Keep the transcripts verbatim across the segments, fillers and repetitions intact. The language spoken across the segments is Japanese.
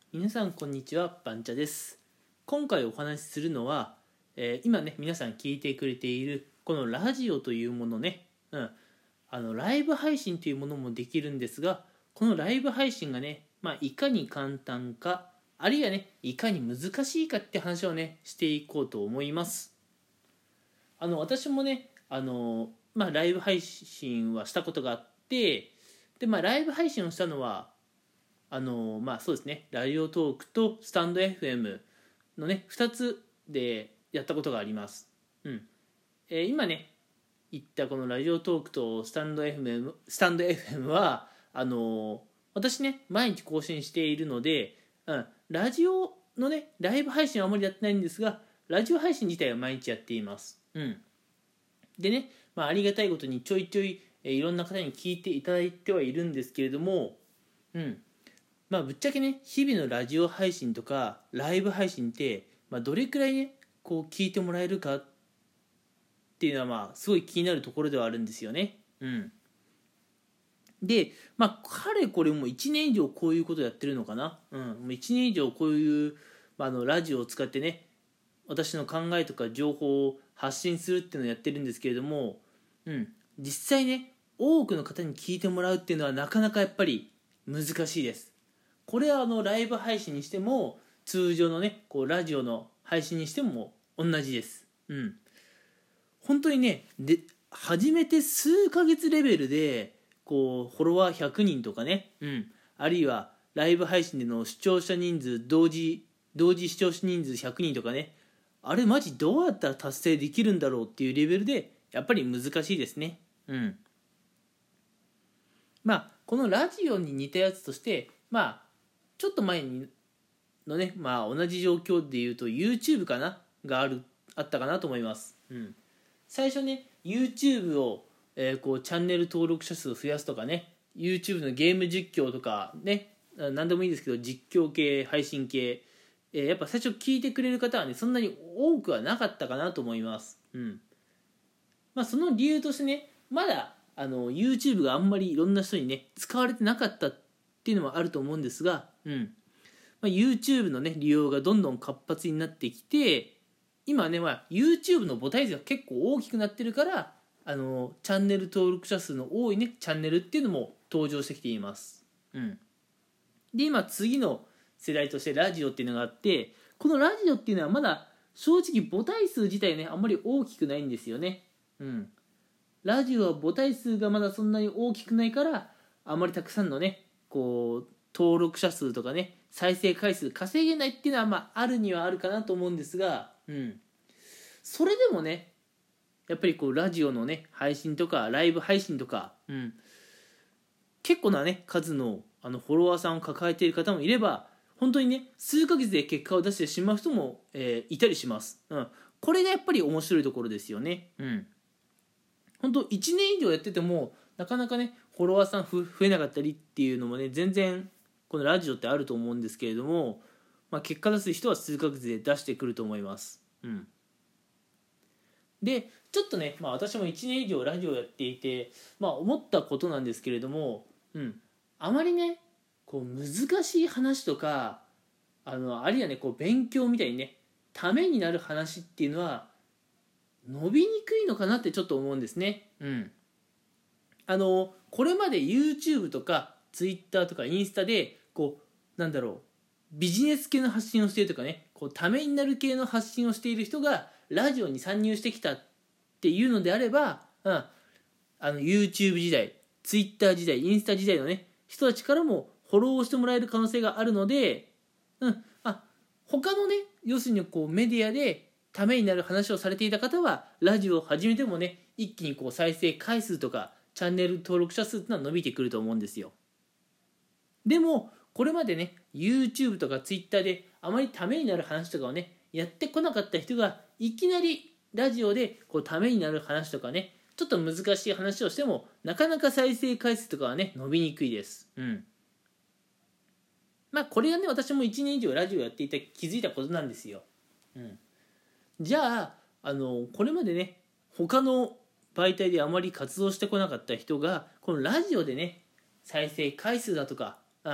皆さんこんにちは、バンチャです。今回お話しするのは、えー今ね皆さん聞いてくれているこのラジオというものね、うん、あのライブ配信というものもできるんですが、このライブ配信がね、まあ、いかに簡単か、あるいはねいかに難しいかって話をねしていこうと思います。あの私もねあの、まあ、ライブ配信はしたことがあって、で、まあ、ライブ配信をしたのはあのまあそうですね、ラジオトークとスタンド エフエム のねふたつでやったことがあります。うんえー今ね言ったこのラジオトークとスタンド エフエム スタンド エフエム はあの私ね毎日更新しているので、うん、ラジオのねライブ配信はあまりやってないんですが、ラジオ配信自体は毎日やっています。うん、でね、まあ、ありがたいことにちょいちょい、えーいろんな方に聞いていただいてはいるんですけれども、うんまあぶっちゃけね日々のラジオ配信とかライブ配信って、まあ、どれくらいねこう聞いてもらえるかっていうのはまあすごい気になるところではあるんですよね。うん、でまあかれこれもういちねん以上こういうことやってるのかな。うん、もういちねん以上こういう、まあ、あのラジオを使ってね私の考えとか情報を発信するっていうのをやってるんですけれども、うん、実際ね多くの方に聞いてもらうっていうのはなかなかやっぱり難しいです。これはあのライブ配信にしても通常のねこうラジオの配信にしても同じです。うん、本当にねで初めて数ヶ月レベルでこうフォロワーひゃくにんとかね、うん、あるいはライブ配信での視聴者人数同時同時視聴者人数ひゃくにんとかね、あれマジどうやったら達成できるんだろうっていうレベルでやっぱり難しいですね。うんまあこのラジオに似たやつとしてまあちょっと前にのね、まあ、同じ状況で言うと YouTube かながあるあったかなと思います。うん、最初ね YouTube を、えーこうチャンネル登録者数を増やすとかね、 YouTube のゲーム実況とかね、あ何でもいいですけど実況系配信系、えーやっぱ最初聞いてくれる方はねそんなに多くはなかったかなと思います。うんまあ、その理由としてねまだあの YouTube があんまりいろんな人にね使われてなかったっていうのもあると思うんですが、うんまあ、YouTube の、ね、利用がどんどん活発になってきて、今ね、まあ、YouTube の母体数が結構大きくなってるからあのチャンネル登録者数の多い、ね、チャンネルっていうのも登場してきています。うん、で今次の世代としてラジオっていうのがあって、このラジオっていうのはまだ正直母体数自体ねあんまり大きくないんですよね。うん、ラジオは母体数がまだそんなに大きくないからあまりたくさんのねこう登録者数とかね再生回数稼げないっていうのはまああるにはあるかなと思うんですが、うん、それでもねやっぱりこうラジオのね配信とかライブ配信とか、うん、結構なね数のあのフォロワーさんを抱えている方もいれば、本当にね数ヶ月で結果を出してしまう人も、えーいたりします。うん、これがやっぱり面白いところですよね。うん本当いちねん以上やっててもなかなかねフォロワーさん増えなかったりっていうのもね全然このラジオってあると思うんですけれども、まあ、結果出す人は数ヶ月で出してくると思います。うん、でちょっとね、まあ、私もいちねん以上ラジオやっていて、まあ、思ったことなんですけれども、うん、あまりねこう難しい話とかあのあるいはねこう勉強みたいにねためになる話っていうのは伸びにくいのかなってちょっと思うんですね。うん、あのこれまで YouTube とか Twitter とかインスタでこうなんだろうビジネス系の発信をしているとかねこうためになる系の発信をしている人がラジオに参入してきたっていうのであれば、うん、あの YouTube 時代 Twitter 時代インスタ時代のね人たちからもフォローしてもらえる可能性があるので、うん、あ他のね要するにこうメディアでためになる話をされていた方はラジオを始めてもね一気にこう再生回数とかチャンネル登録者数っていうのは伸びてくると思うんですよ。でもこれまでね YouTube とか Twitter であまりためになる話とかをねやってこなかった人がいきなりラジオでこうためになる話とかねちょっと難しい話をしてもなかなか再生回数とかはね伸びにくいです。うんまあこれがね私もいちねん以上ラジオやっていて気づいたことなんですよ。うんじゃあ、あのこれまでね他の媒体であまり活動してこなかった人がこのラジオでね再生回数だとか、うん、あ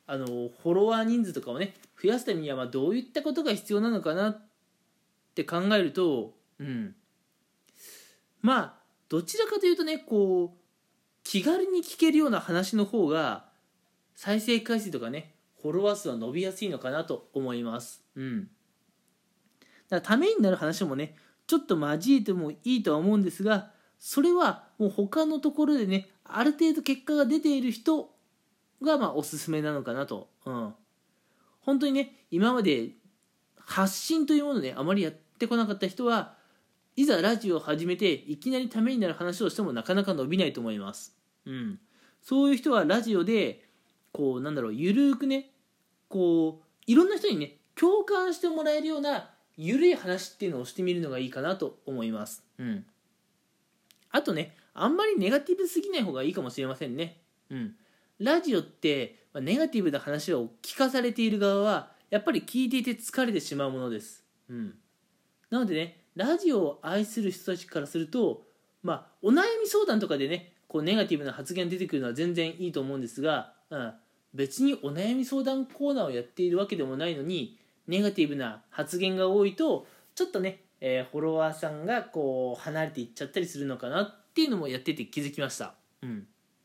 あのフォロワー人数とかをね増やすためにはまあどういったことが必要なのかなって考えると、うん、まあどちらかというとねこう気軽に聞けるような話の方が再生回数とかねフォロワー数は伸びやすいのかなと思います。うん、だからためになる話もねちょっと交えてもいいとは思うんですが、それはもう他のところでねある程度結果が出ている人がまあおすすめなのかなと。うん、本当にね今まで発信というものをねあまりやってこなかった人はいざラジオを始めていきなりためになる話をしてもなかなか伸びないと思います。うん、そういう人はラジオでこうなんだろうゆるくねこういろんな人にね共感してもらえるようなゆるい話っていうのをしてみるのがいいかなと思います。うん、あとねあんまりネガティブすぎない方がいいかもしれませんね。うん、ラジオってネガティブな話を聞かされている側はやっぱり聞いていて疲れてしまうものです。うん、なのでねラジオを愛する人たちからすると、まあ、お悩み相談とかでねこうネガティブな発言が出てくるのは全然いいと思うんですが、うん、別にお悩み相談コーナーをやっているわけでもないのにネガティブな発言が多いとちょっとね、えー、フォロワーさんがこう離れていっちゃったりするのかなっていうのもやってて気づきました。うん、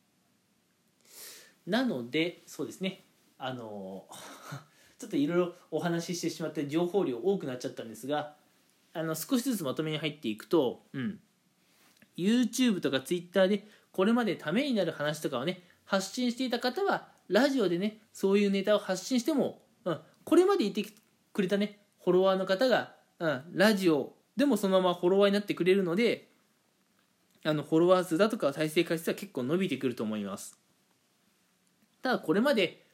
なのでそうですねあのー、ちょっといろいろお話ししてしまって情報量多くなっちゃったんですが、あの少しずつまとめに入っていくと、うん、YouTube とか Twitter でこれまでためになる話とかをね発信していた方はラジオでねそういうネタを発信しても、うん、これまでいてくれたねフォロワーの方が、うん、ラジオでもそのままフォロワーになってくれるので、あのフォロワー数だとか再生回数は結構伸びてくると思います。ただこれまで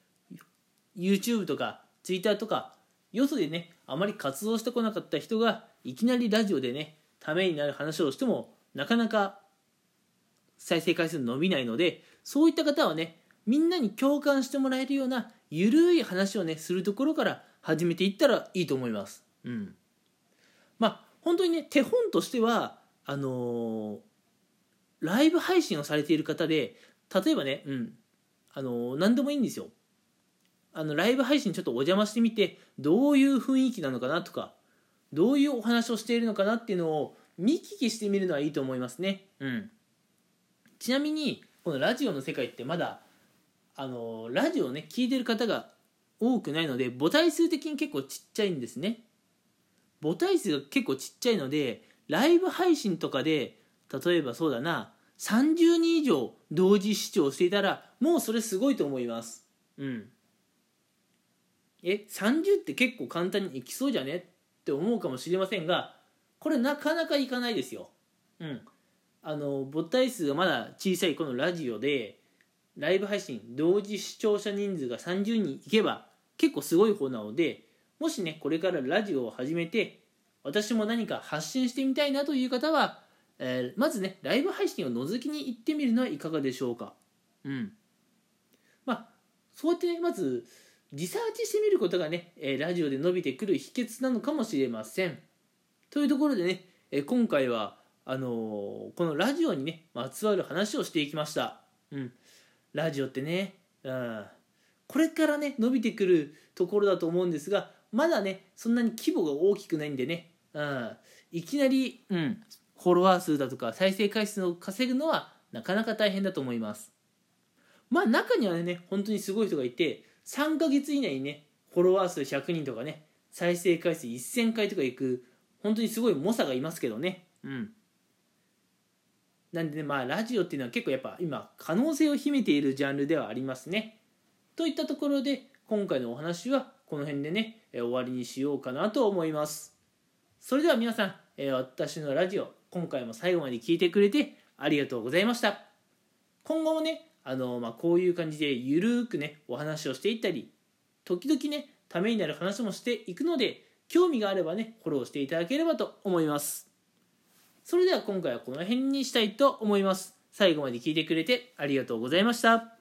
YouTube とか Twitter とかよそでねあまり活動してこなかった人がいきなりラジオでねためになる話をしてもなかなか再生回数伸びないので、そういった方はねみんなに共感してもらえるようなゆるい話をねするところから始めていったらいいと思います。うん、まあ本当にね手本としてはあのー、ライブ配信をされている方で例えばね、うんあのー、何でもいいんですよ。あのライブ配信ちょっとお邪魔してみてどういう雰囲気なのかなとかどういうお話をしているのかなっていうのを見聞きしてみるのはいいと思いますね。うん、ちなみにこのラジオの世界ってまだあのラジオをね聞いてる方が多くないので母体数的に結構ちっちゃいんですね。母体数が結構ちっちゃいのでライブ配信とかで例えばそうだなさんじゅうにん以上同時視聴していたらもうそれすごいと思います。うんえさんじゅうって結構簡単にいきそうじゃねって思うかもしれませんが、これなかなかいかないですよ。うんあの母体数がまだ小さいこのラジオでライブ配信同時視聴者人数がさんじゅうにんいけば結構すごい方なので、もしねこれからラジオを始めて私も何か発信してみたいなという方は、えー、まずねライブ配信を覗きに行ってみるのはいかがでしょうか。うんまあそうやってねまずリサーチしてみることがねラジオで伸びてくる秘訣なのかもしれません。というところでね今回はあのー、このラジオにねまつわる話をしていきました。うん、ラジオってね、うん、これからね伸びてくるところだと思うんですが、まだねそんなに規模が大きくないんでね、うん、いきなり、うん、フォロワー数だとか再生回数を稼ぐのはなかなか大変だと思います。まあ中にはね本当にすごい人がいてさんかげつ以内にねフォロワー数ひゃくにんとかね再生回数せんかいとかいく本当にすごい猛者がいますけどね。うんなんでねまあラジオっていうのは結構やっぱ今可能性を秘めているジャンルではありますね。といったところで今回のお話はこの辺でね終わりにしようかなと思います。それでは皆さん、えー、私のラジオ今回も最後まで聞いてくれてありがとうございました。今後もねあの、まあ、こういう感じでゆるーくねお話をしていったり時々ねためになる話もしていくので興味があればねフォローしていただければと思います。それでは今回はこの辺にしたいと思います。最後まで聞いてくれてありがとうございました。